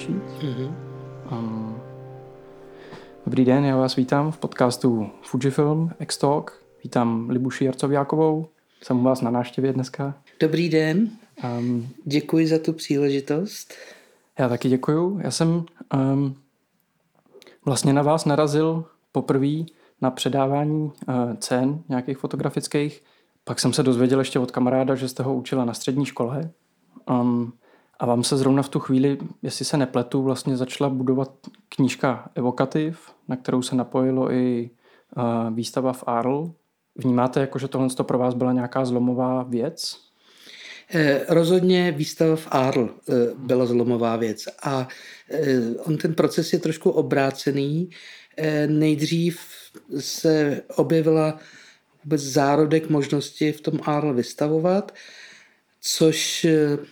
začít? Dobrý den, já vás vítám v podcastu Fujifilm X-Talk. Vítám Libuši Jarcoviákovou, jsem u vás na návštěvě dneska. Dobrý den, děkuji za tu příležitost. Já taky děkuju. Já jsem vlastně na vás narazil poprvé na předávání cen nějakých fotografických. Pak jsem se dozvěděl ještě od kamaráda, že jste ho učila na střední škole. A vám se zrovna v tu chvíli, jestli se nepletu, vlastně začala budovat knížka Evokativ, na kterou se napojilo i výstava v Arles. Vnímáte, jako, že tohle pro vás byla nějaká zlomová věc? Rozhodně výstava v Arles byla zlomová věc. A on ten proces je trošku obrácený. Nejdřív se objevila vůbec zárodek možnosti v tom Arles vystavovat, což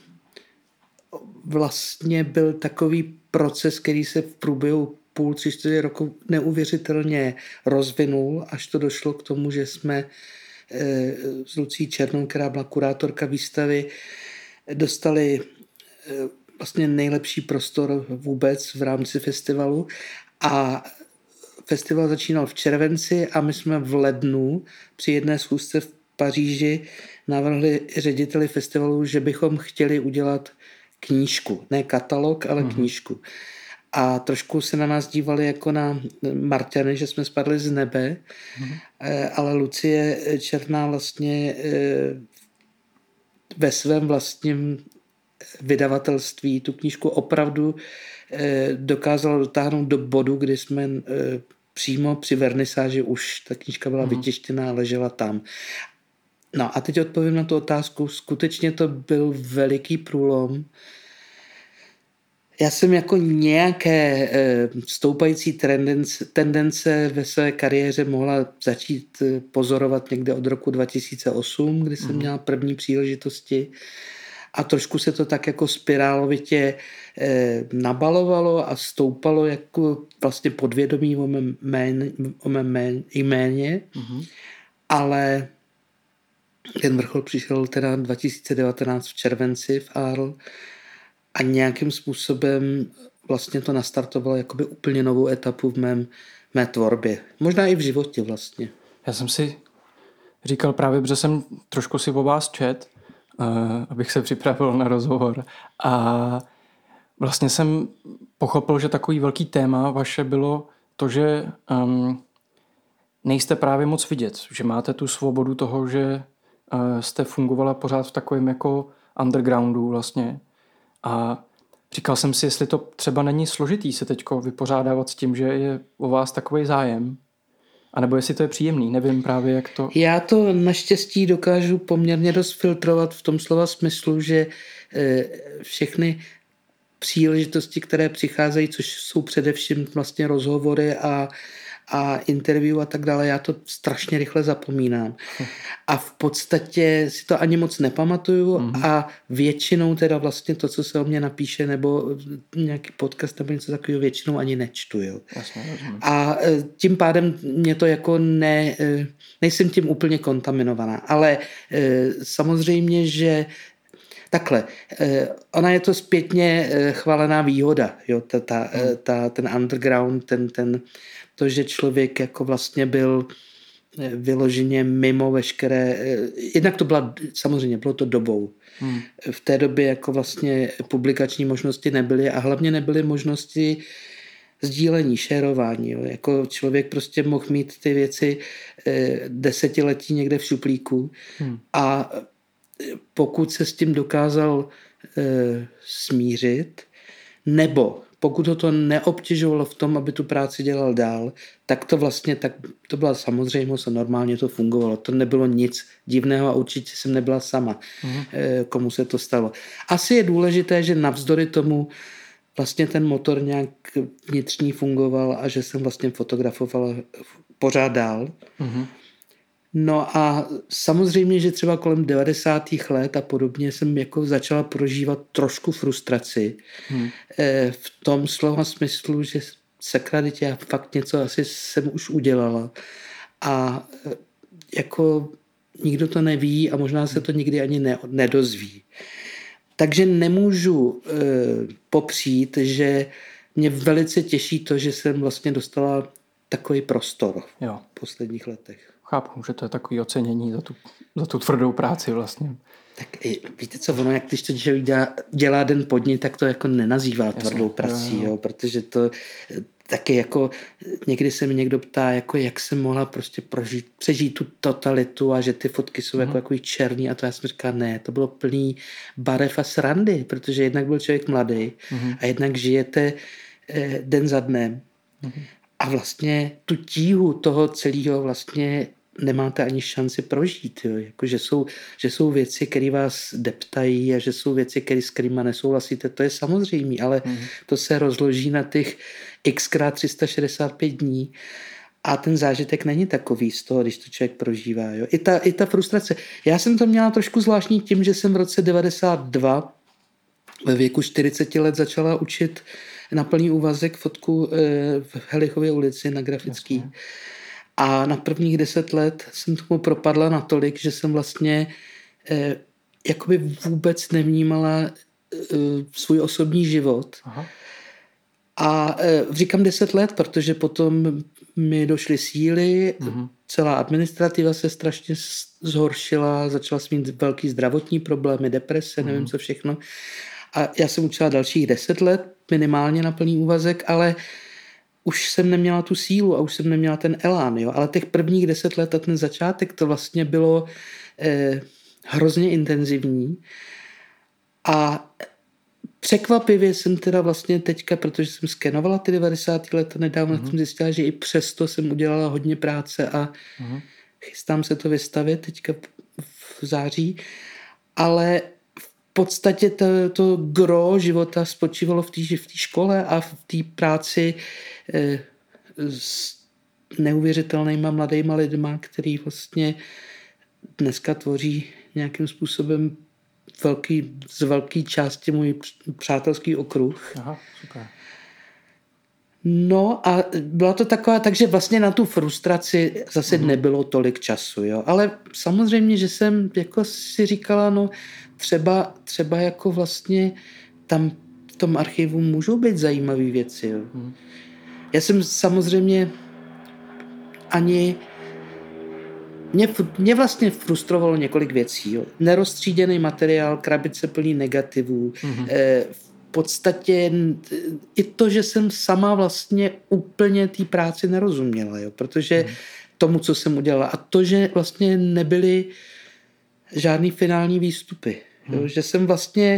vlastně byl takový proces, který se v průběhu 3-4 roku neuvěřitelně rozvinul, až to došlo k tomu, že jsme s Lucí Černou, která byla kurátorka výstavy, dostali vlastně nejlepší prostor vůbec v rámci festivalu. A festival začínal v červenci a my jsme v lednu při jedné schůzce v Paříži navrhli řediteli festivalu, že bychom chtěli udělat knížku. Ne katalog, ale knížku. A trošku se na nás dívali jako na Marťany, že jsme spadli z nebe, ale Lucie Černá vlastně ve svém vlastním vydavatelství tu knížku opravdu dokázala dotáhnout do bodu, kdy jsme přímo při vernisáži už ta knížka byla vytištěná a ležela tam. No a teď odpovím na tu otázku. Skutečně to byl veliký průlom. Já jsem jako nějaké stoupající tendence ve své kariéře mohla začít pozorovat někde od roku 2008, kdy jsem měla první příležitosti a trošku se to tak jako spirálovitě nabalovalo a stoupalo jako vlastně podvědomí o mém jméně, ale ten vrchol přišel teda 2019 v červenci v Arles a nějakým způsobem vlastně to nastartovalo jakoby úplně novou etapu v mé tvorbě. Možná i v životě vlastně. Já jsem si říkal právě, protože jsem trošku si o vás čet, abych se připravil na rozhovor. A vlastně jsem pochopil, že takový velký téma vaše bylo to, že nejste právě moc vidět. Že máte tu svobodu toho, že jste fungovala pořád v takovém jako undergroundu vlastně. A říkal jsem si, jestli to třeba není složitý se teďko vypořádávat s tím, že je o vás takový zájem. A nebo jestli to je příjemný, nevím právě, jak to... Já to naštěstí dokážu poměrně dost filtrovat v tom slova smyslu, že všechny příležitosti, které přicházejí, což jsou především vlastně rozhovory a interview a tak dále, já to strašně rychle zapomínám. A v podstatě si to ani moc nepamatuju a většinou teda vlastně to, co se o mě napíše, nebo nějaký podcast nebo něco takového, většinou ani nečtu. Jo. Jasně, a tím pádem mě to jako nejsem tím úplně kontaminovaná. Ale samozřejmě, že takhle, ona je to zpětně chválená výhoda, jo, ten underground, to, že člověk jako vlastně byl vyloženě mimo veškeré, jednak to byla, samozřejmě bylo to dobou. V té době jako vlastně publikační možnosti nebyly a hlavně nebyly možnosti sdílení, šérování. Jo. Jako člověk prostě mohl mít ty věci desetiletí někde v šuplíku a pokud se s tím dokázal smířit, nebo pokud ho to neobtěžovalo v tom, aby tu práci dělal dál, tak to vlastně to byla samozřejmost a normálně to fungovalo. To nebylo nic divného a určitě jsem nebyla sama, komu se to stalo. Asi je důležité, že navzdory tomu vlastně ten motor nějak vnitřní fungoval a že jsem vlastně fotografovala pořád dál. No a samozřejmě, že třeba kolem 90. let a podobně jsem jako začala prožívat trošku frustraci v tom slova smyslu, že sakra, teď já fakt něco asi jsem už udělala a jako nikdo to neví a možná se to nikdy ani nedozví. Takže nemůžu popřít, že mě velice těší to, že jsem vlastně dostala takový prostor v posledních letech. Chápu, že to je takový ocenění za tu tvrdou práci vlastně. Tak víte co, ono, jak když to dělá den pod ní, tak to jako nenazývá tvrdou prací, jo, protože to taky jako někdy se mi někdo ptá, jako jak jsem mohla prostě přežít tu totalitu a že ty fotky jsou jako takový černý a to já jsem říkala, ne, to bylo plný barev a srandy, protože jednak byl člověk mladý a jednak žijete den za dnem a vlastně tu tíhu toho celého vlastně nemáte ani šanci prožít. Jo. Jako, že jsou věci, které vás deptají a že jsou věci, s kterými nesouhlasíte. To je samozřejmé, ale to se rozloží na těch xkrát 365 dní a ten zážitek není takový z toho, když to člověk prožívá. Jo. I ta frustrace. Já jsem to měla trošku zvláštní tím, že jsem v roce 92 ve věku 40 let začala učit na plný úvazek fotku v Helichově ulici na Grafický. Jasně. A na prvních 10 let jsem tomu propadla natolik, že jsem vlastně jakoby vůbec nevnímala svůj osobní život. Aha. A říkám 10 let, protože potom mi došly síly, celá administrativa se strašně zhoršila, začala jsem mít velký zdravotní problémy, deprese, nevím co všechno. A já jsem učila dalších 10 let, minimálně na plný úvazek, ale už jsem neměla tu sílu a už jsem neměla ten elán, jo. Ale těch prvních 10 let a ten začátek, to vlastně bylo hrozně intenzivní. A překvapivě jsem teda vlastně teďka, protože jsem skenovala ty 90. leta nedávno, jsem zjistila, že i přesto jsem udělala hodně práce a chystám se to vystavit teďka v září. Ale v podstatě to gro života spočívalo v té škole a v té práci s neuvěřitelnýma mladýma lidma, který vlastně dneska tvoří nějakým způsobem z velké části můj přátelský okruh. Aha, super. No a byla to taková, takže vlastně na tu frustraci zase nebylo tolik času, jo. Ale samozřejmě, že jsem jako si říkala, no třeba jako vlastně tam v tom archivu můžou být zajímavé věci, jo. Já jsem samozřejmě mě vlastně frustrovalo několik věcí, jo. Nerozstříděný materiál, krabice plný negativů, v podstatě i to, že jsem sama vlastně úplně té práci nerozuměla, jo, protože tomu, co jsem udělala. A to, že vlastně nebyly žádný finální výstupy. Jo, že jsem vlastně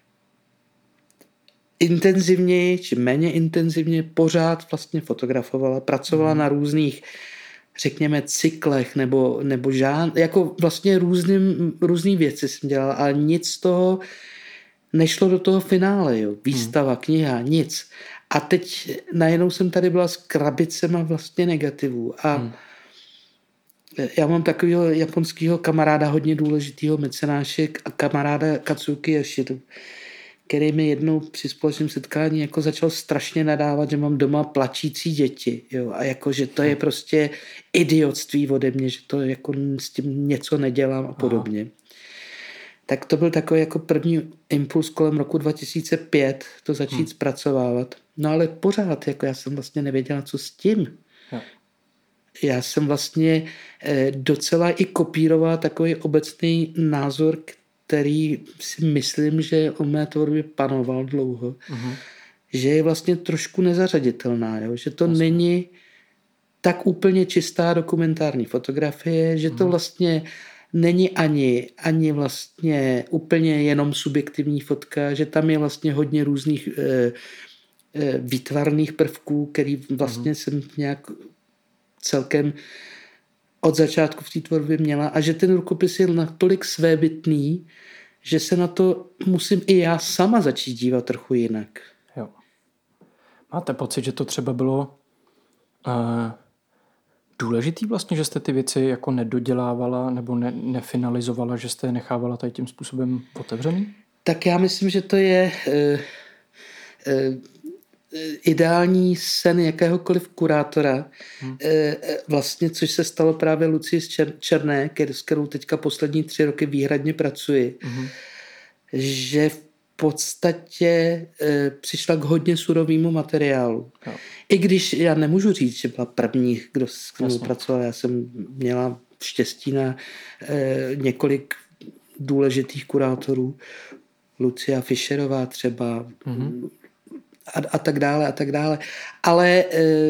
intenzivněji či méně intenzivně pořád vlastně fotografovala, pracovala na různých, řekněme, cyklech nebo jako vlastně různý věci jsem dělala, ale nic z toho nešlo do toho finále, jo. Výstava, kniha, nic. A teď najednou jsem tady byla s krabicema vlastně negativů a já mám takového japonského kamaráda, hodně důležitého mecenáše a kamaráda Katsuki Yoshidu, který mi jednou při společném setkání jako začal strašně nadávat, že mám doma plačící děti, jo, a jako, že to je prostě idiotství ode mě, že to jako s tím něco nedělám a podobně. Tak to byl takový jako první impuls kolem roku 2005 to začít zpracovávat. No ale pořád, jako já jsem vlastně nevěděla, co s tím. Já jsem vlastně docela i kopíroval takový obecný názor, který si myslím, že o mé tvorbě panoval dlouho, že je vlastně trošku nezařaditelná, jo? Že to není tak úplně čistá dokumentární fotografie, že to vlastně není ani vlastně úplně jenom subjektivní fotka, že tam je vlastně hodně různých výtvarných prvků, který vlastně jsem nějak celkem od začátku v té tvorbě měla a že ten rukopis je natolik svébytný, že se na to musím i já sama začít dívat trochu jinak. Jo. Máte pocit, že to třeba bylo důležitý vlastně, že jste ty věci jako nedodělávala nebo nefinalizovala, že jste je nechávala tady tím způsobem otevřený? Tak já myslím, že to je ideální sen jakéhokoliv kurátora, vlastně, což se stalo právě Lucii Černé, s kterou teďka poslední 3 roky výhradně pracuji, že v podstatě přišla k hodně surovému materiálu. Jo. I když já nemůžu říct, že byla první, kdo s mnou pracoval. Já jsem měla štěstí na několik důležitých kurátorů. Lucia Fischerová třeba a tak dále a tak dále. Ale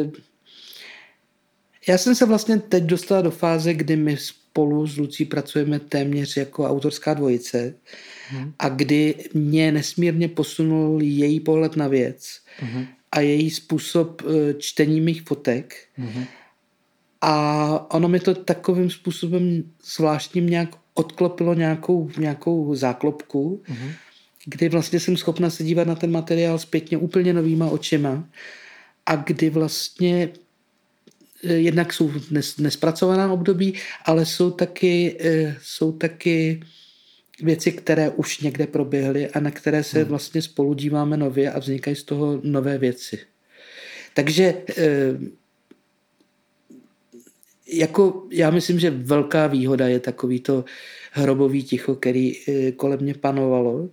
já jsem se vlastně teď dostala do fáze, kdy my spolu s Lucí pracujeme téměř jako autorská dvojice a kdy mě nesmírně posunul její pohled na věc a její způsob čtení mých fotek. A ono mi to takovým způsobem zvláštním nějak odklopilo nějakou záklopku, kdy vlastně jsem schopna se dívat na ten materiál zpětně úplně novýma očima a kdy vlastně jednak jsou nespracovaná období, ale jsou taky věci, které už někde proběhly a na které se vlastně spolu díváme nově a vznikají z toho nové věci. Takže jako já myslím, že velká výhoda je takovýto hrobový ticho, který kolem mě panovalo.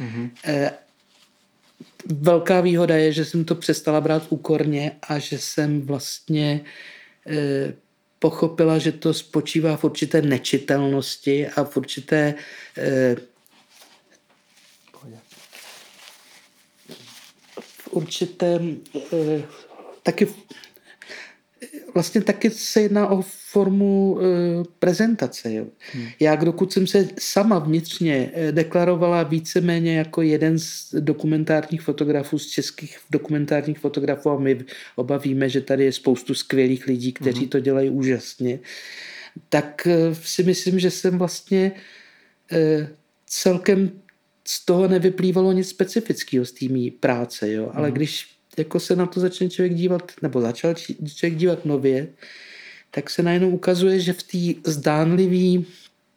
Velká výhoda je, že jsem to přestala brát úkorně a že jsem vlastně pochopila, že to spočívá v určité nečitelnosti a v určité taky se jedná o formu prezentace. Jo. Já, dokud jsem se sama vnitřně deklarovala víceméně jako jeden z dokumentárních fotografů, z českých dokumentárních fotografů, a my oba víme, že tady je spoustu skvělých lidí, kteří to dělají úžasně, tak si myslím, že jsem vlastně celkem z toho nevyplývalo nic specifického z té mý práce. Jo. Ale když jako se na to začne člověk dívat, nebo začal člověk dívat nově, tak se najednou ukazuje, že v té zdánlivý,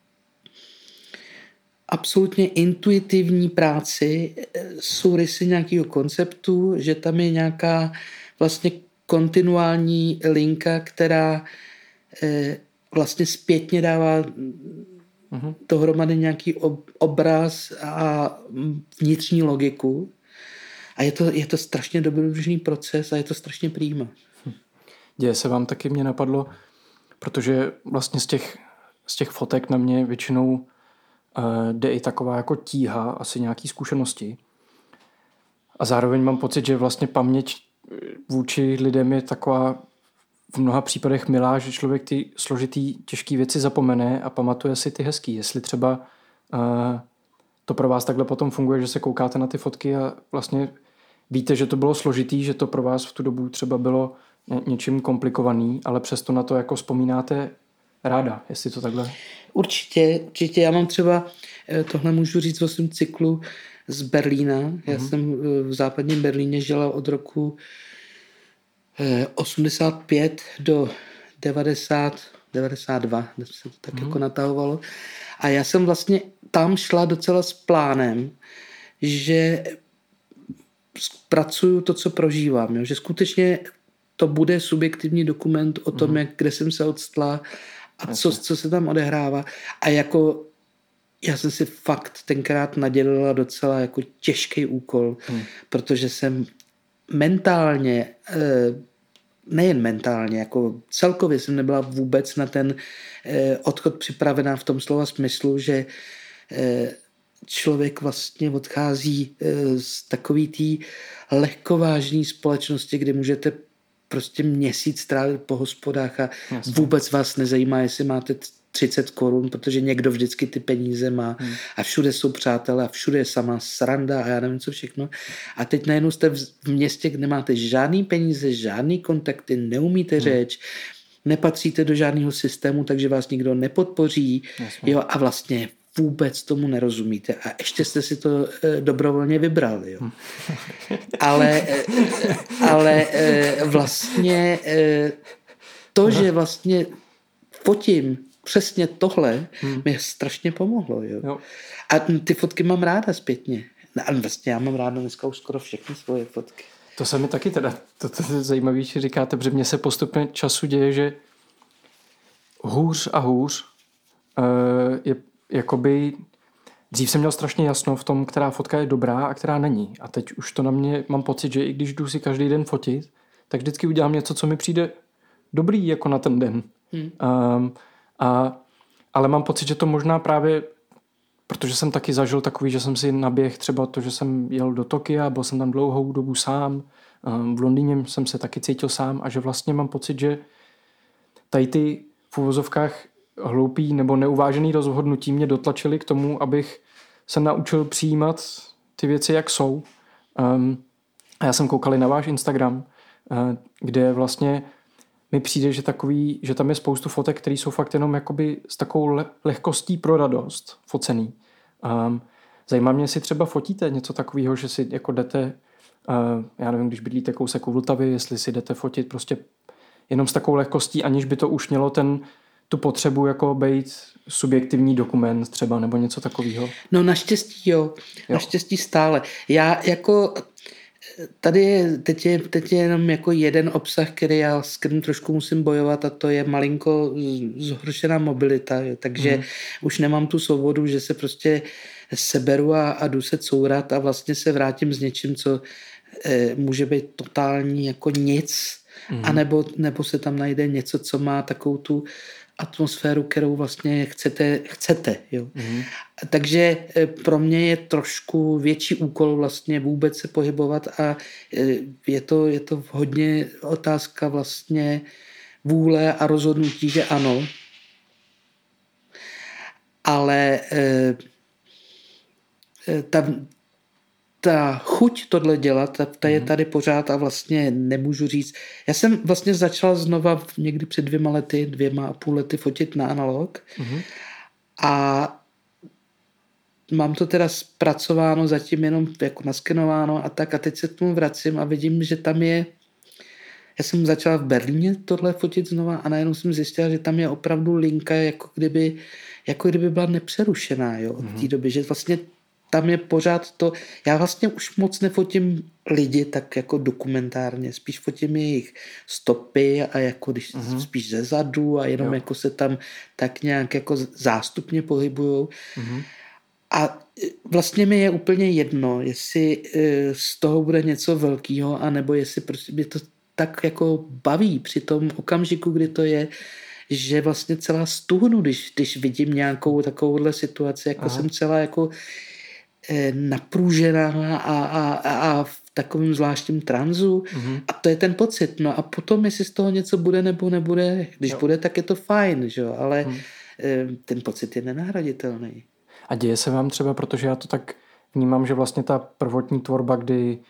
absolutně intuitivní práci jsou rysy nějakého konceptu, že tam je nějaká vlastně kontinuální linka, která vlastně zpětně dává dohromady nějaký obraz a vnitřní logiku. A je to strašně dobrodružný proces a je to strašně prýma. Děje se vám taky, mě napadlo, protože vlastně z těch fotek na mě většinou jde i taková jako tíha, asi nějaký zkušenosti. A zároveň mám pocit, že vlastně paměť vůči lidem je taková v mnoha případech milá, že člověk ty složitý, těžké věci zapomene a pamatuje si ty hezký. Jestli třeba to pro vás takhle potom funguje, že se koukáte na ty fotky a vlastně víte, že to bylo složitý, že to pro vás v tu dobu třeba bylo něčím komplikovaný, ale přesto na to jako vzpomínáte ráda, jestli to takhle... Určitě. Já mám třeba, tohle můžu říct o svém cyklu z Berlína. Já jsem v západním Berlíně žila od roku 85 do 92, se to tak jako natahovalo. A já jsem vlastně tam šla docela s plánem, že pracuju to, co prožívám. Jo? Že skutečně to bude subjektivní dokument o tom, kde jsem se odstla a co se tam odehrává. A jako já jsem si fakt tenkrát nadělila docela jako těžký úkol, protože jsem mentálně, nejen mentálně, jako celkově jsem nebyla vůbec na ten odchod připravená v tom slova smyslu, že člověk vlastně odchází z takový té lehkovážné společnosti, kdy můžete prostě měsíc strávit po hospodách a vůbec vás nezajímá, jestli máte 30 korun, protože někdo vždycky ty peníze má a všude jsou přátelé a všude je sama sranda a já nevím co všechno. A teď najednou jste v městě, kde nemáte žádný peníze, žádný kontakty, neumíte řeč, nepatříte do žádného systému, takže vás nikdo nepodpoří. Jo, a vlastně vůbec tomu nerozumíte a ještě jste si to dobrovolně vybrali. Jo. Ale vlastně to, že vlastně fotím přesně tohle, mi strašně pomohlo. Jo. A ty fotky mám ráda zpětně. A vlastně já mám ráda dneska už skoro všechny svoje fotky. To se mi taky teda, to je zajímavé, že říkáte, protože mně se postupně času děje, že hůř a hůř je jakoby dřív jsem měl strašně jasno v tom, která fotka je dobrá a která není. A teď už to na mě, mám pocit, že i když jdu si každý den fotit, tak vždycky udělám něco, co mi přijde dobrý jako na ten den. Ale mám pocit, že to možná právě, protože jsem taky zažil takový, že jsem si naběh třeba to, že jsem jel do Tokia, byl jsem tam dlouhou dobu sám, v Londýně jsem se taky cítil sám a že vlastně mám pocit, že tady ty v uvozovkách hloupý nebo neuvážený rozhodnutí mě dotlačily k tomu, abych se naučil přijímat ty věci, jak jsou. A já jsem koukal na váš Instagram, kde vlastně mi přijde, že tam je spoustu fotek, které jsou fakt jenom jakoby s takovou lehkostí pro radost focený. Zajímá mě, jestli třeba fotíte něco takového, že si jako jdete, já nevím, když bydlíte kousek u Vltavy, jestli si jdete fotit prostě jenom s takovou lehkostí, aniž by to už mělo tu potřebu jako být subjektivní dokument třeba, nebo něco takového. No naštěstí jo. Naštěstí stále. Já jako teď je jenom jako jeden obsah, s kterým trošku musím bojovat, a to je malinko zhoršená mobilita, jo. Takže už nemám tu svobodu, že se prostě seberu a jdu se courat a vlastně se vrátím s něčím, co může být totální jako nic, a nebo se tam najde něco, co má takovou tu atmosféru, kterou vlastně chcete. Jo. Takže pro mě je trošku větší úkol vlastně vůbec se pohybovat a je to hodně otázka vlastně vůle a rozhodnutí, že ano. Ale ta chuť tohle dělat, ta je tady pořád a vlastně nemůžu říct. Já jsem vlastně začal znova někdy před 2,5 lety fotit na analog a mám to teda zpracováno, zatím jenom jako naskenováno a tak a teď se k tomu vracím a vidím, že tam je. Já jsem začala v Berlíně tohle fotit znova a najednou jsem zjistila, že tam je opravdu linka, jako kdyby byla nepřerušená, jo, od té doby, že vlastně tam je pořád to, já vlastně už moc nefotím lidi tak jako dokumentárně, spíš fotím jejich stopy a jako když spíš ze zadu a jenom jako se tam tak nějak jako zástupně pohybujou. A vlastně mi je úplně jedno, jestli z toho bude něco velkého, anebo jestli prostě mě to tak jako baví při tom okamžiku, kdy to je, že vlastně celá stuhnu, když vidím nějakou takovouhle situaci, jako jsem celá jako napružená a v takovém zvláštním tranzu a to je ten pocit. No a potom, jestli z toho něco bude nebo nebude, když bude, tak je to fajn, že? Ale ten pocit je nenahraditelný. A děje se vám třeba, protože já to tak vnímám, že vlastně ta prvotní tvorba, kdy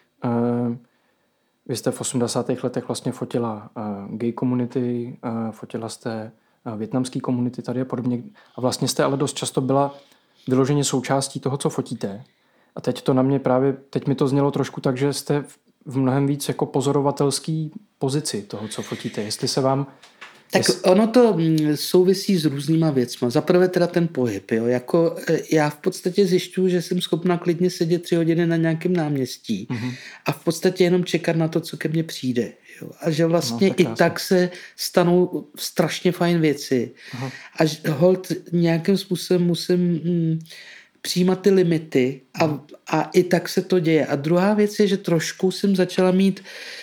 vy jste v 80. letech vlastně fotila gay komunity, fotila jste vietnamský komunity tady a podobně a vlastně jste ale dost často byla vyloženě součástí toho, co fotíte. A teď mi to znělo trošku tak, že jste v mnohem víc jako pozorovatelský pozici toho, co fotíte. Jestli se vám... Ono to souvisí s různýma věcma. Za prvé teda ten pohyb. Jo. Jako já v podstatě zjišťuju, že jsem schopná klidně sedět 3 hodiny na nějakém náměstí a v podstatě jenom čekat na to, co ke mně přijde. Jo. A že vlastně i tak se stanou strašně fajn věci. A holt nějakým způsobem musím přijímat ty limity a i tak se to děje. A druhá věc je, že trošku jsem začala mít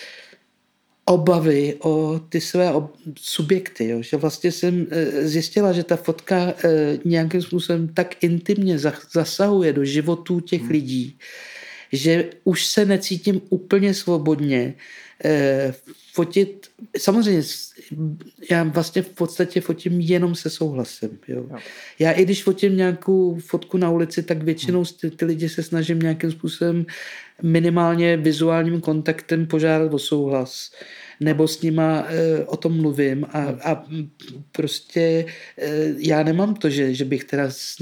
obavy o ty své subjekty. Jo? Že vlastně jsem zjistila, že ta fotka nějakým způsobem tak intimně zasahuje do životů těch lidí, že už se necítím úplně svobodně fotit. Samozřejmě já vlastně v podstatě fotím jenom se souhlasem. Jo? Já i když fotím nějakou fotku na ulici, tak většinou ty lidi se snažím nějakým způsobem minimálně vizuálním kontaktem požádat o souhlas. Nebo s nima o tom mluvím a prostě já nemám to, že bych teda s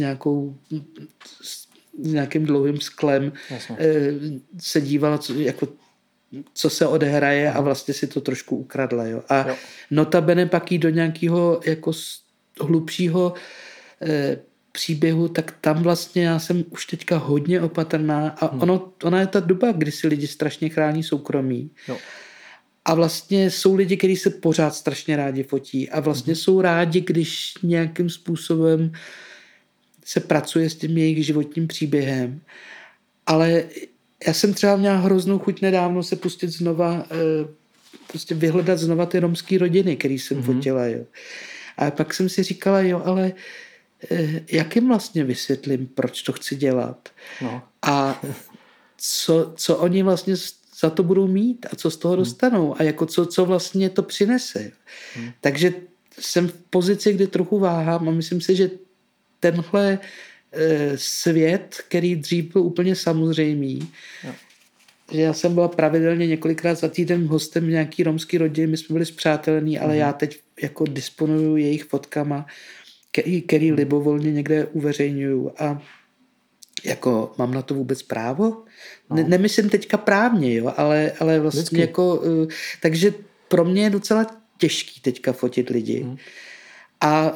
nějakým dlouhým sklem se dívala, co se odehraje a vlastně si to trošku ukradla. Jo. A notabene pak jít do nějakého jako hlubšího příběhu, tak tam vlastně já jsem už teďka hodně opatrná a ona je ta doba, kdy si lidi strašně chrání soukromí. Jo. A vlastně jsou lidi, kteří se pořád strašně rádi fotí a vlastně jsou rádi, když nějakým způsobem se pracuje s tím jejich životním příběhem, ale já jsem třeba měla hroznou chuť nedávno se pustit znova, prostě vyhledat znova ty romský rodiny, který jsem fotila, jo. A pak jsem si říkala, jo, ale jak jim vlastně vysvětlím, proč to chci dělat? No. A co oni vlastně za to budou mít a co z toho dostanou a jako co vlastně to přinese. Takže jsem v pozici, kdy trochu váhám a myslím si, že tenhle svět, který dřív byl úplně samozřejmý, že já jsem byla pravidelně několikrát za týden hostem nějaký romský rodiny, my jsme byli spřátelení, ale já teď jako disponuju jejich fotkama, který libovolně někde uveřejňuju a jako mám na to vůbec právo? No. Nemyslím teďka právně, jo, ale vlastně vždycky. Jako, takže pro mě je docela těžký teďka fotit lidi. A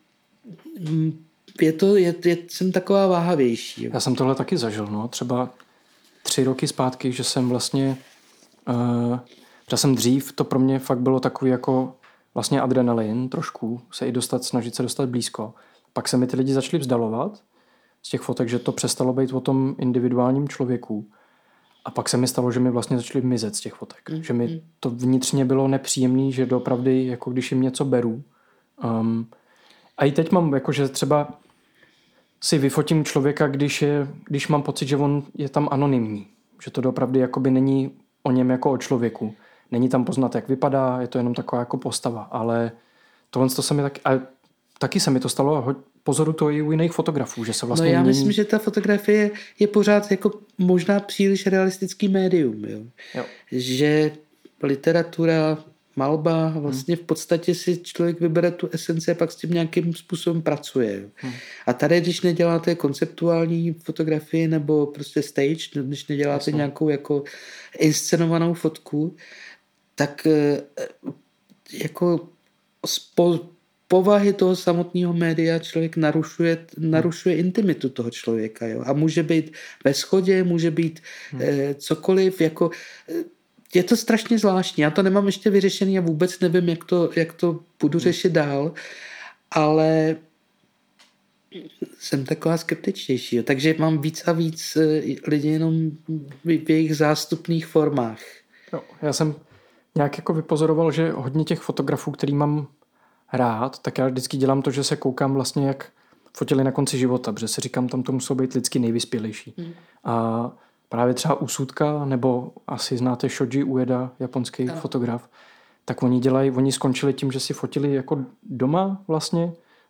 jsem taková váhavější. Jo. Já jsem tohle taky zažil, no, třeba 3 roky zpátky, že jsem vlastně, že jsem dřív, to pro mě fakt bylo takový jako vlastně adrenalin trošku, se i snažit se dostat blízko. Pak se mi ty lidi začali vzdalovat z těch fotek, že to přestalo být o tom individuálním člověku. A pak se mi stalo, že mi vlastně začaly mizet z těch fotek. Že mi to vnitřně bylo nepříjemný, že doopravdy, jako když jim něco beru. A i teď mám, jako, že třeba si vyfotím člověka, když mám pocit, že on je tam anonymní. Že to doopravdy jakoby není o něm jako o člověku. Není tam poznat, jak vypadá, je to jenom taková jako postava. Ale tohle to se mi taky se mi to stalo a pozoru to i u jiných fotografů, že se vlastně... No já myslím, že ta fotografie je pořád jako možná příliš realistický médium. Jo? Že literatura, malba, vlastně v podstatě si člověk vybere tu esenci a pak s tím nějakým způsobem pracuje. Jo? A tady, když neděláte konceptuální fotografii nebo prostě stage, když neděláte nějakou jako inscenovanou fotku, tak jako povahy toho samotného média člověk narušuje intimitu toho člověka. Jo? A může být ve shodě, může být cokoliv. Jako, je to strašně zvláštní. Já to nemám ještě vyřešený a vůbec nevím, jak to budu řešit dál, ale jsem taková skeptičtější. Jo? Takže mám víc a víc lidí jenom v jejich zástupných formách. Jo, já jsem nějak jako vypozoroval, že hodně těch fotografů, který mám rád, tak já vždycky dělám to, že se koukám vlastně, jak fotili na konci života, protože si říkám, tam to muselo být lidsky nejvyspělejší. A právě třeba Usudka, nebo asi znáte Shoji Ueda, japonský fotograf, tak oni skončili tím, že si fotili jako doma vlastně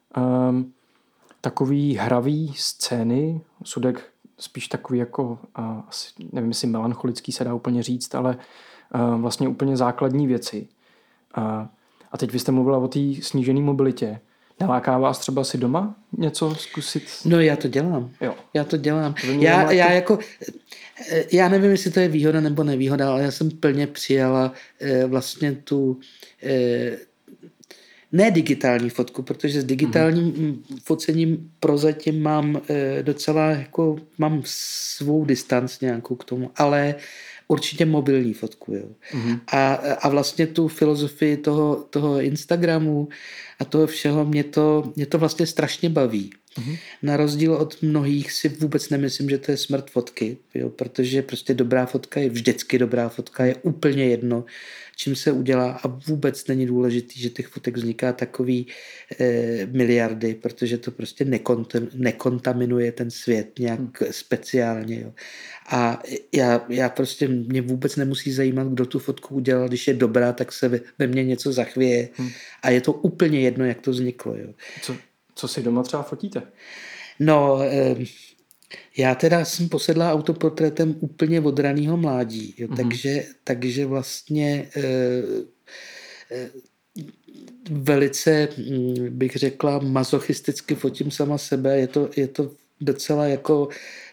takový hravý scény, Usudek spíš takový jako, asi, nevím, jestli melancholický se dá úplně říct, ale vlastně úplně základní věci. A teď vy jste mluvila o té snížené mobilitě. Neláká vás třeba si doma něco zkusit? No já to dělám. Jo. Já to dělám. Já nevím, jestli to je výhoda nebo nevýhoda, ale já jsem plně přijala vlastně tu ne digitální fotku, protože s digitálním focením prozatím mám docela jako mám svou distanc nějakou k tomu, ale určitě mobilní fotku. Jo. A vlastně tu filozofii toho Instagramu a toho všeho mě to vlastně strašně baví. Na rozdíl od mnohých si vůbec nemyslím, že to je smrt fotky, jo, protože prostě dobrá fotka je vždycky dobrá fotka, je úplně jedno, čím se udělá a vůbec není důležitý, že těch fotek vzniká takový miliardy, protože to prostě nekontaminuje ten svět nějak speciálně. Jo. A já prostě mě vůbec nemusí zajímat, kdo tu fotku udělal, když je dobrá, tak se ve mně něco zachvěje a je to úplně jedno, jak to vzniklo. Jo. Co si doma třeba fotíte? No, já teda jsem posedlá autoportrétem úplně od raného mládí, jo, takže vlastně velice, bych řekla, masochisticky fotím sama sebe, je to docela jako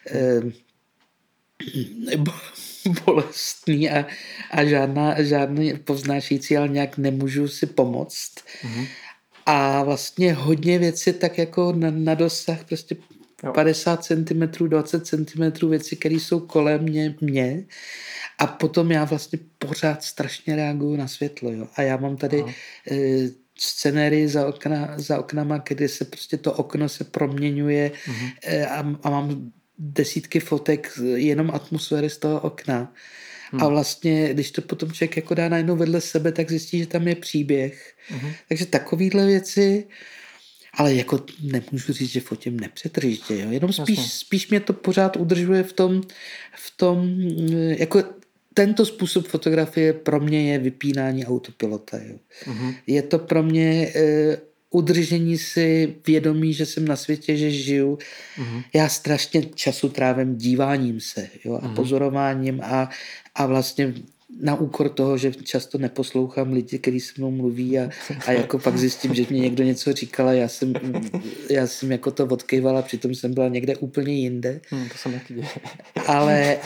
bolestný a žádný povznášející, ale nějak nemůžu si pomoct. A vlastně hodně věcí tak jako na dosah prostě 50 cm, 20 cm věci, které jsou kolem mě a potom já vlastně pořád strašně reaguju na světlo. Jo. A já mám tady scenérii za oknama, kdy se prostě to okno se proměňuje a mám desítky fotek jenom atmosféry z toho okna. A vlastně, když to potom člověk jako dá najednou vedle sebe, tak zjistí, že tam je příběh. Takže takovýhle věci, ale jako nemůžu říct, že fotím nepřetržitě, jo? Jenom spíš mě to pořád udržuje v tom jako tento způsob fotografie pro mě je vypínání autopilota. Jo? Je to pro mě udržení si vědomí, že jsem na světě, že žiju. Já strašně času trávím díváním se, jo? A pozorováním a vlastně na úkor toho, že často neposlouchám lidi, kteří se mnou mluví a jako pak zjistím, že mě někdo něco říkal a já jsem jako to odkejvala, přitom jsem byla někde úplně jinde. To jsem taky dělal. Ale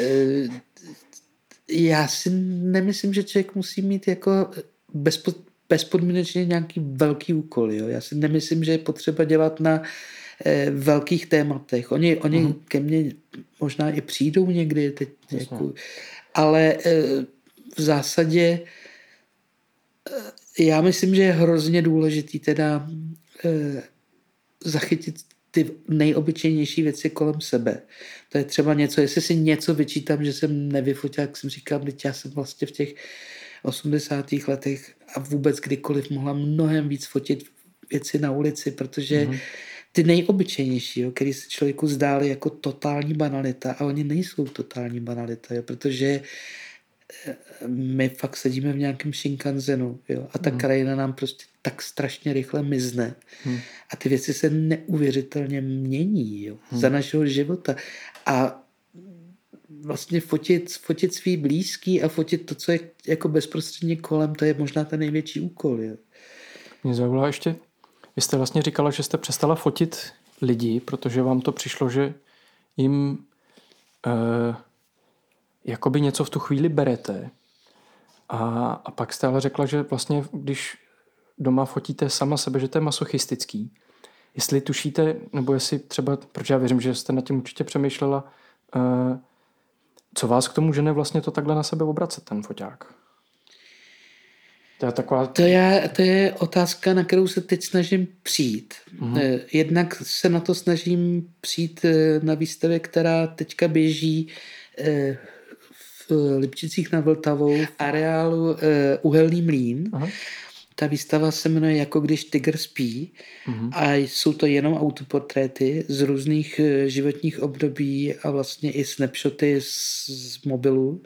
já si nemyslím, že člověk musí mít jako bezpodmínečně nějaký velký úkol. Jo? Já si nemyslím, že je potřeba dělat na velkých tématech. Oni ke mně možná i přijdou někdy, teď, jako, ale v zásadě já myslím, že je hrozně důležitý teda zachytit ty nejobyčejnější věci kolem sebe. To je třeba něco, jestli si něco vyčítám, že jsem nevyfotil, jak jsem říkal, teď já jsem vlastně v těch 80. letech a vůbec kdykoliv mohla mnohem víc fotit věci na ulici, protože ty nejobyčejnější, jo, který se člověku zdály jako totální banalita a oni nejsou totální banalita, jo, protože my fakt sedíme v nějakém Shinkanzenu, jo, a ta krajina nám prostě tak strašně rychle mizne. A ty věci se neuvěřitelně mění, jo, za našeho života. A vlastně fotit svý blízký a fotit to, co je jako bezprostředně kolem, to je možná ten největší úkol. Jo. Mě zaujalo ještě, vy jste vlastně říkala, že jste přestala fotit lidi, protože vám to přišlo, že jim jakoby něco v tu chvíli berete. A pak jste ale řekla, že vlastně, když doma fotíte sama sebe, že to je masochistický. Jestli tušíte, nebo jestli třeba, protože já věřím, že jste nad tím určitě přemýšlela, co vás k tomu žene vlastně to takhle na sebe obracet, ten foťák? To je taková... To je otázka, na kterou se teď snažím přijít. Jednak se na to snažím přijít na výstavě, která teďka běží v Lipčicích nad Vltavou v areálu Uhelný mlýn. Ta výstava se jmenuje Jako když tygr spí a jsou to jenom autoportréty z různých životních období a vlastně i snapshoty z mobilu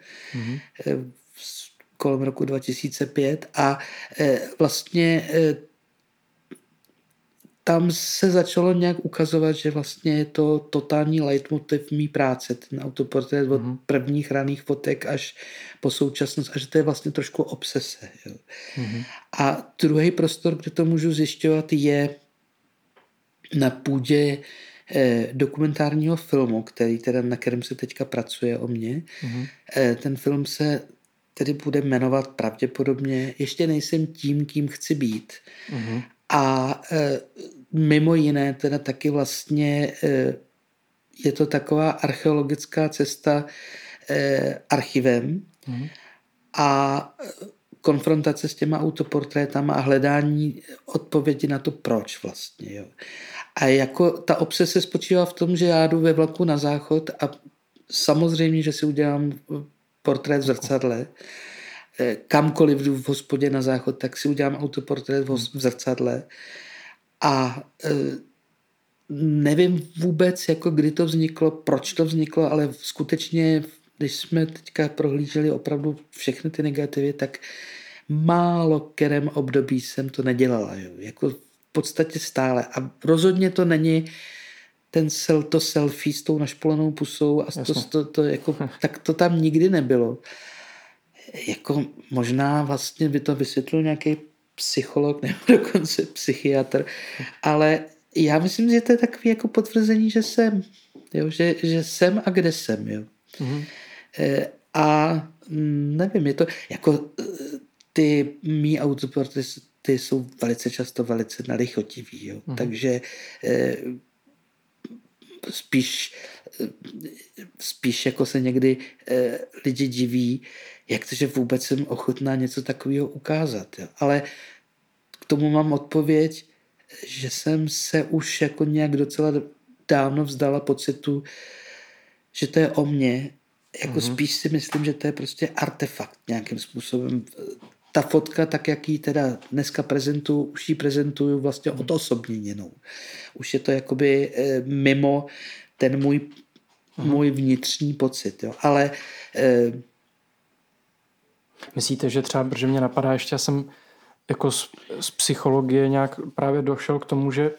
kolem roku 2005 a vlastně tam se začalo nějak ukazovat, že vlastně je to totální leitmotiv mý práce, ten autoportrét od prvních raných fotek až po současnost a že to je vlastně trošku obsese. Jo. A druhý prostor, kde to můžu zjišťovat, je na půdě dokumentárního filmu, na kterém se teďka pracuje o mně. Ten film se tedy bude jmenovat pravděpodobně Ještě nejsem tím, kým chci být. A mimo jiné teda taky vlastně je to taková archeologická cesta archivem a konfrontace s těma autoportrétama a hledání odpovědi na to, proč vlastně. Jo. A jako ta obsese spočívá v tom, že já jdu ve vlaku na záchod a samozřejmě, že si udělám portrét v zrcadle. Kamkoliv jdu v hospodě na záchod, tak si udělám autoportrét v zrcadle. A nevím vůbec, jako kdy to vzniklo, proč to vzniklo, ale skutečně, když jsme teďka prohlíželi opravdu všechny ty negativy, tak málo kterém období jsem to nedělala. Jo. Jako v podstatě stále. A rozhodně to není to selfie s tou našpolenou pusou a tak to tam nikdy nebylo. Jako možná vlastně by to vysvětlil nějaký psycholog nebo dokonce psychiatr, ale já myslím, že to je takový jako potvrzení, že jsem, jo, že jsem a kde jsem. Jo. A nevím, je to jako ty mý autoportréty jsou velice často velice nalichotivý, jo. Takže spíš jako se někdy lidi diví, jak to, že vůbec jsem ochotná něco takového ukázat. Jo. Ale k tomu mám odpověď, že jsem se už jako nějak docela dávno vzdala pocitu, že to je o mně. Jako spíš si myslím, že to je prostě artefakt nějakým způsobem. Ta fotka, tak jak ji teda dneska prezentuju, už ji prezentuju vlastně odosobněnou. Už je to jakoby mimo ten můj vnitřní pocit. Jo. Ale myslíte, že třeba, protože mě napadá, ještě já jsem jako z psychologie nějak právě došel k tomu, že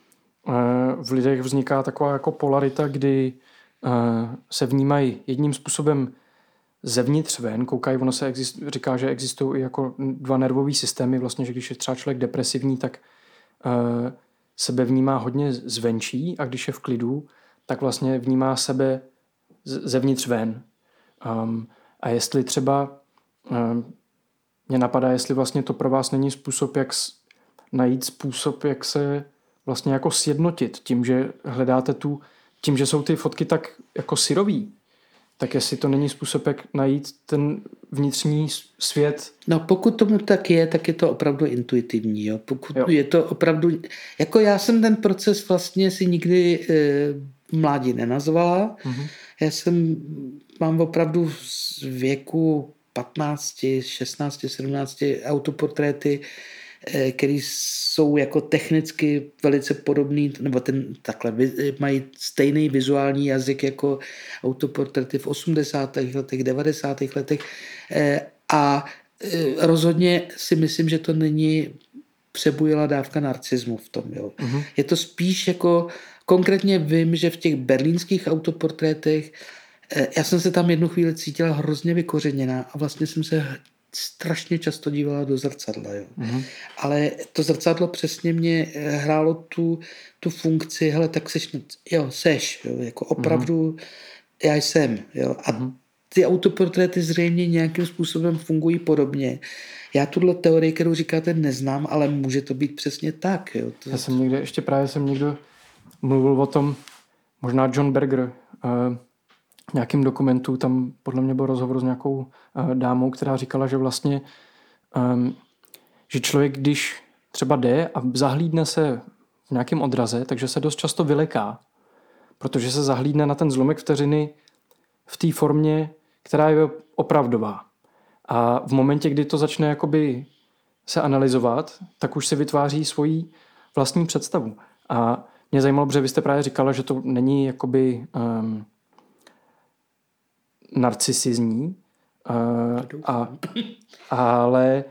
v lidech vzniká taková jako polarita, kdy se vnímají jedním způsobem zevnitř ven, koukají, ono se říká, že existují i jako dva nervové systémy, vlastně, že když je třeba člověk depresivní, tak sebe vnímá hodně zvenčí a když je v klidu, tak vlastně vnímá sebe zevnitř ven. A jestli třeba mě napadá, jestli vlastně to pro vás není způsob, jak najít způsob, jak se vlastně jako sjednotit tím, že hledáte tím, že jsou ty fotky tak jako syrový, tak jestli to není způsob, jak najít ten vnitřní svět. No pokud tomu tak je to opravdu intuitivní. Jo. Pokud je to opravdu... Jako já jsem ten proces vlastně si nikdy v mládí nenazvala. Já mám opravdu z věku 15, 16, 17 autoportréty, které jsou jako technicky velice podobný, nebo takhle mají stejný vizuální jazyk jako autoportréty v 80. letech, 90. letech a rozhodně si myslím, že to není přebujelá dávka narcismu v tom. Jo. Je to spíš jako, konkrétně vím, že v těch berlínských autoportrétech já jsem se tam jednu chvíli cítila hrozně vykořeněná a vlastně jsem se strašně často dívala do zrcadla. Jo. Ale to zrcadlo přesně mě hrálo tu funkci, hele, tak seš, jo, jako opravdu já jsem. Jo. A ty autoportréty zřejmě nějakým způsobem fungují podobně. Já tuhle teorii, kterou říkáte, neznám, ale může to být přesně tak. Jo. Já jsem někdo mluvil o tom, možná John Berger, nějakým dokumentu, tam podle mě byl rozhovor s nějakou dámou, která říkala, že vlastně, že člověk, když třeba jde a zahlídne se v nějakém odraze, takže se dost často vyleká, protože se zahlídne na ten zlomek vteřiny v té formě, která je opravdová. A v momentě, kdy to začne jakoby se analyzovat, tak už si vytváří svoji vlastní představu. A mě zajímalo, protože vy jste právě říkala, že to není jakoby narcisizní, ale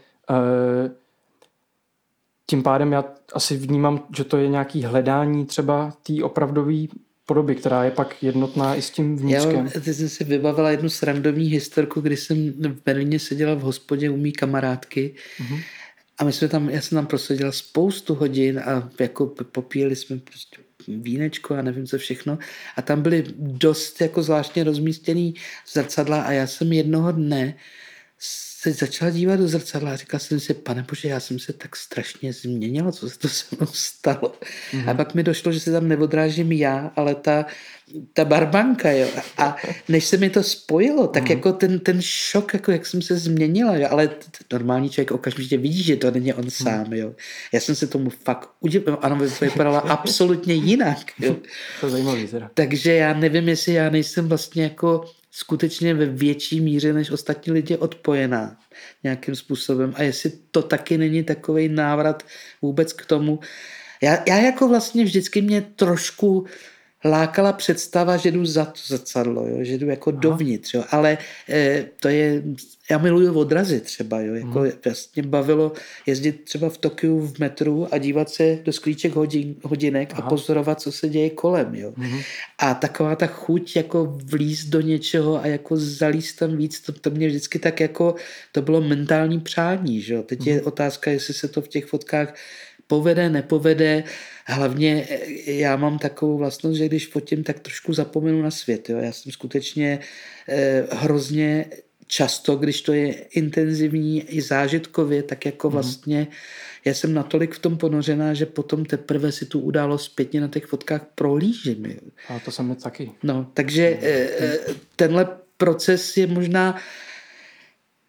tím pádem já asi vnímám, že to je nějaký hledání třeba té opravdové podoby, která je pak jednotná i s tím vnitřkem. Teď jsem si vybavila jednu srandovní historku, kdy jsem v Berlíně seděla v hospodě u mý kamarádky a já jsem tam proseděla spoustu hodin a jako popíjeli jsme prostě vínečko a nevím co všechno a tam byly dost jako zvláštně rozmístěný zrcadla a já jsem jednoho dne se začala dívat do zrcadla a říkala jsem si, pane bože, já jsem se tak strašně změnila, co se to se mnou stalo. A pak mi došlo, že se tam neodrážím já, ale ta barbanka, jo. A než se mi to spojilo, tak jako ten šok, jako jak jsem se změnila, jo. Ale normální člověk okamžitě vidí, že to není on sám, jo. Já jsem se tomu fakt udivila, ano, vypadala absolutně jinak, jo. To je zajímavý teda. Takže já nevím, jestli já nejsem vlastně jako skutečně ve větší míře než ostatní lidi odpojená nějakým způsobem a jestli to taky není takovej návrat vůbec k tomu. Já jako vlastně vždycky mě trošku lákala představa, že jdu za to zrcadlo, jo? Že jdu jako dovnitř, jo? Ale to je, já miluju odrazy třeba, jo? Jako vlastně bavilo jezdit třeba v Tokiu v metru a dívat se do sklíček hodinek a pozorovat, co se děje kolem, jo? A taková ta chuť jako vlízt do něčeho a jako zalíst tam víc, to mě vždycky tak jako, to bylo mentální přání, že jo? Teď je otázka, jestli se to v těch fotkách povede, nepovede. Hlavně já mám takovou vlastnost, že když fotím, tak trošku zapomenu na svět. Jo? Já jsem skutečně hrozně často, když to je intenzivní i zážitkově, tak jako vlastně já jsem natolik v tom ponořená, že potom teprve si tu událost zpětně na těch fotkách prohlížím. Jo? A to jsem taky. No, takže tenhle proces je možná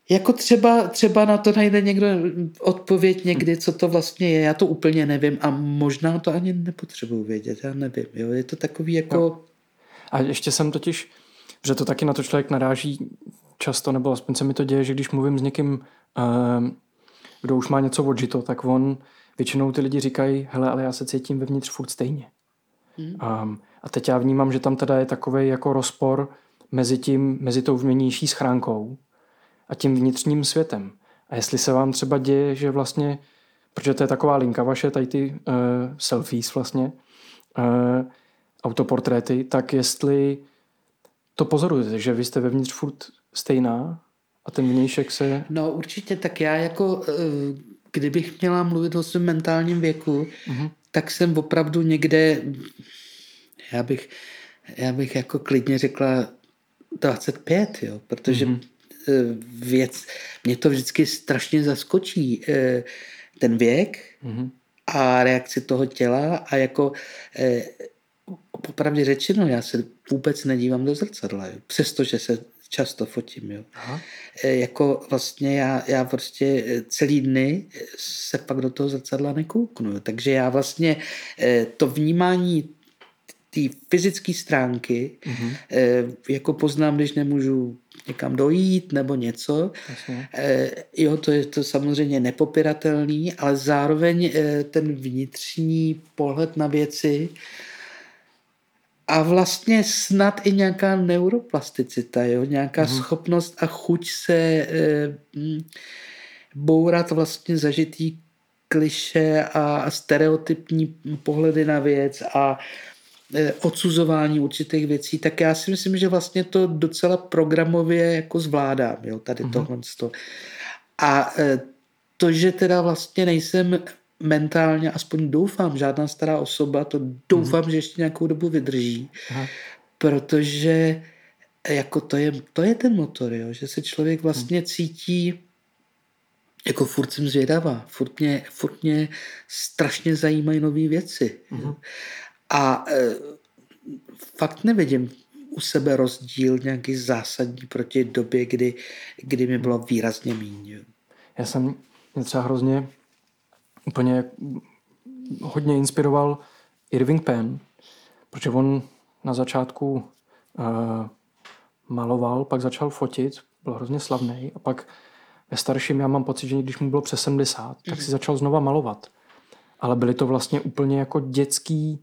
Jako třeba na to najde někdo odpověď někdy, co to vlastně je. Já to úplně nevím a možná to ani nepotřebuji vědět, já nevím. Jo? Je to takový jako... Jo. A ještě jsem totiž, že to taky na to člověk naráží často, nebo aspoň se mi to děje, že když mluvím s někým, kdo už má něco odžito, tak většinou ty lidi říkají, hele, ale já se cítím vevnitř furt stejně. A teď já vnímám, že tam teda je takovej jako rozpor mezi tou vnější schránkou a tím vnitřním světem. A jestli se vám třeba děje, že vlastně, protože to je taková linka vaše, tady ty selfies vlastně, autoportréty, tak jestli to pozorujete, že vy jste vevnitř furt stejná a ten vnějšek se... No určitě, tak já jako, kdybych měla mluvit o svém mentálním věku, tak jsem opravdu někde, já bych jako klidně řekla 25, jo, protože mě to vždycky strašně zaskočí, ten věk a reakci toho těla a jako popravdě řečeno, já se vůbec nedívám do zrcadla, jo, přestože se často fotím, jo. Jako vlastně já prostě celý dny se pak do toho zrcadla nekouknu, jo. Takže já vlastně to vnímání té fyzické stránky jako poznám, když nemůžu někam dojít nebo něco. Jo, to je to samozřejmě nepopiratelný, ale zároveň ten vnitřní pohled na věci a vlastně snad i nějaká neuroplasticita, jo? Nějaká schopnost a chuť se bourat vlastně zažitý kliše a stereotypní pohledy na věc a odsuzování určitých věcí, tak já si myslím, že vlastně to docela programově jako zvládám, jo? Tady tohle. A to, že teda vlastně nejsem mentálně, aspoň doufám, žádná stará osoba, to doufám, že ještě nějakou dobu vydrží, protože jako to je ten motor, jo? Že se člověk vlastně cítí jako furt jsem zvědavá, furt mě strašně zajímají nové věci. A fakt nevidím u sebe rozdíl nějaký zásadní proti době, kdy mi bylo výrazně míň. Mě třeba hrozně úplně hodně inspiroval Irving Penn, protože on na začátku maloval, pak začal fotit, byl hrozně slavný a pak ve starším já mám pocit, že když mu bylo přes 70, tak si začal znova malovat. Ale byly to vlastně úplně jako dětský,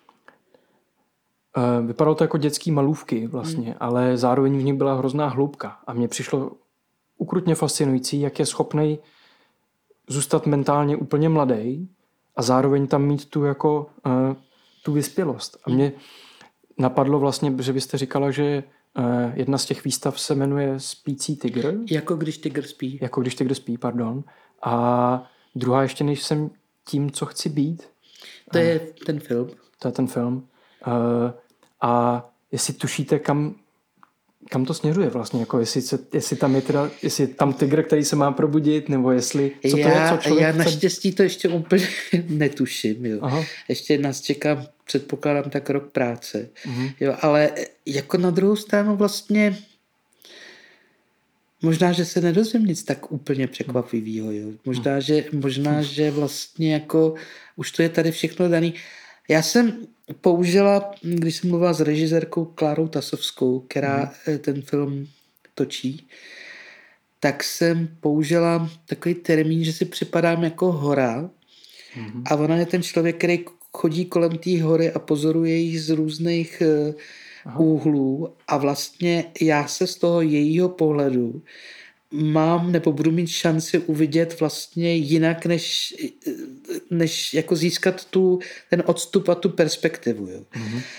vypadalo to jako dětský malůvky vlastně, ale zároveň v nich byla hrozná hloubka a mně přišlo ukrutně fascinující, jak je schopnej zůstat mentálně úplně mladý a zároveň tam mít tu vyspělost. A mě napadlo vlastně, že byste říkala, že jedna z těch výstav se jmenuje Spící tygr. Jako když tygr spí. Jako když tygr spí, pardon. A druhá ještě než jsem tím, co chci být. To je ten film. To je ten film. A jestli tušíte, kam to směřuje vlastně, jako jestli tam je teda, jestli je tam tygr, který se má probudit, nebo jestli, co to je, co člověk já naštěstí to ještě úplně netuším, jo. Ještě nás čeká, předpokládám, tak rok práce, jo, ale jako na druhou stranu vlastně možná, že se nedozvím nic tak úplně překvapivýho, jo. Možná, že vlastně jako už to je tady všechno daný. Já jsem použila, když jsem mluvila s režisérkou Klárou Tasovskou, která ten film točí, tak jsem použila takový termín, že si připadám jako hora a ona je ten člověk, který chodí kolem té hory a pozoruje ji z různých úhlů a vlastně já se z toho jejího pohledu mám nebo budu mít šanci uvidět vlastně jinak, než jako získat ten odstup a tu perspektivu. Jo.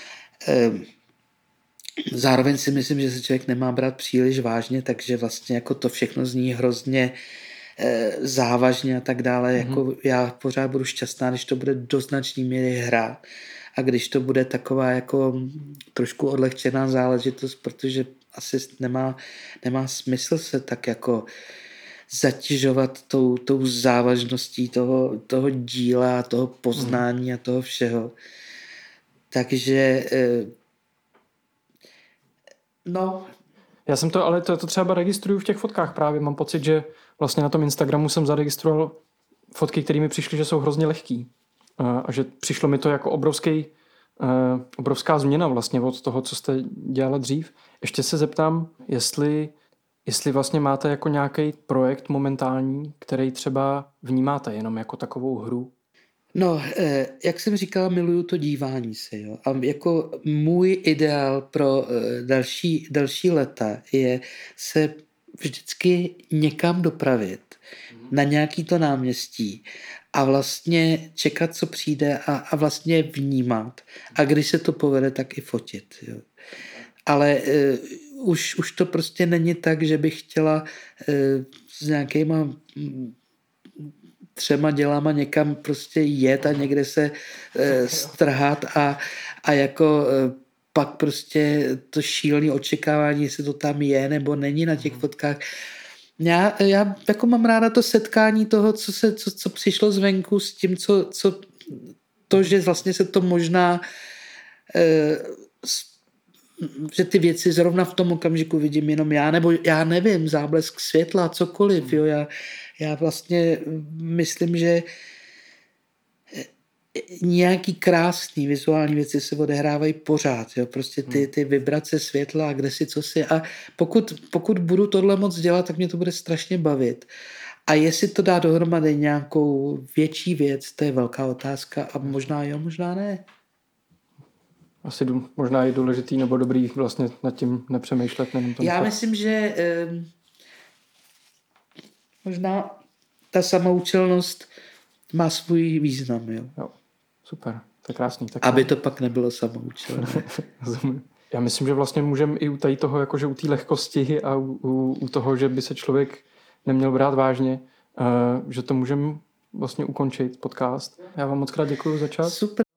Zároveň si myslím, že se člověk nemá brát příliš vážně, takže vlastně jako to všechno zní hrozně závažně a tak dále. Jako já pořád budu šťastná, když to bude do značné míry hra a když to bude taková jako trošku odlehčená záležitost, protože asi nemá smysl se tak jako zatěžovat tou závažností toho díla, toho poznání a toho všeho. Takže Já jsem to, ale to třeba registruju v těch fotkách právě. Mám pocit, že vlastně na tom Instagramu jsem zaregistroval fotky, které mi přišly, že jsou hrozně lehký. A že přišlo mi to jako obrovská změna vlastně od toho, co jste dělala dřív. Ještě se zeptám, jestli vlastně máte jako nějaký projekt momentální, který třeba vnímáte jenom jako takovou hru. No, jak jsem říkal, miluju to dívání se. Jo? A jako můj ideál pro další léta je se vždycky někam dopravit na nějaký to náměstí a vlastně čekat, co přijde a vlastně vnímat. A když se to povede, tak i fotit. Jo? Ale už to prostě není tak, že bych chtěla s nějakýma 3 dělama někam prostě jet a někde se strhat a jako pak prostě to šílené očekávání, jestli to tam je nebo není na těch fotkách. Já jako mám ráda to setkání toho, co přišlo zvenku s tím, to, že vlastně se to možná že ty věci zrovna v tom okamžiku vidím jenom já, nebo já nevím, záblesk světla, cokoliv. Jo. Já vlastně myslím, že nějaký krásný vizuální věci se odehrávají pořád. Jo. Prostě ty vibrace světla a kde si, co si. A pokud budu tohle moc dělat, tak mě to bude strašně bavit. A jestli to dá dohromady nějakou větší věc, to je velká otázka a možná jo, možná ne. Asi možná je důležitý nebo dobrý vlastně nad tím nepřemýšlet. Já myslím, že možná ta samoučelnost má svůj význam. Jo. Super, to je krásný. Tak aby to pak nebylo samoučelné. Já myslím, že vlastně můžeme i u toho, jakože u té lehkosti a u toho, že by se člověk neměl brát vážně, že to můžeme vlastně ukončit podcast. Já vám moc krát děkuju za čas. Super.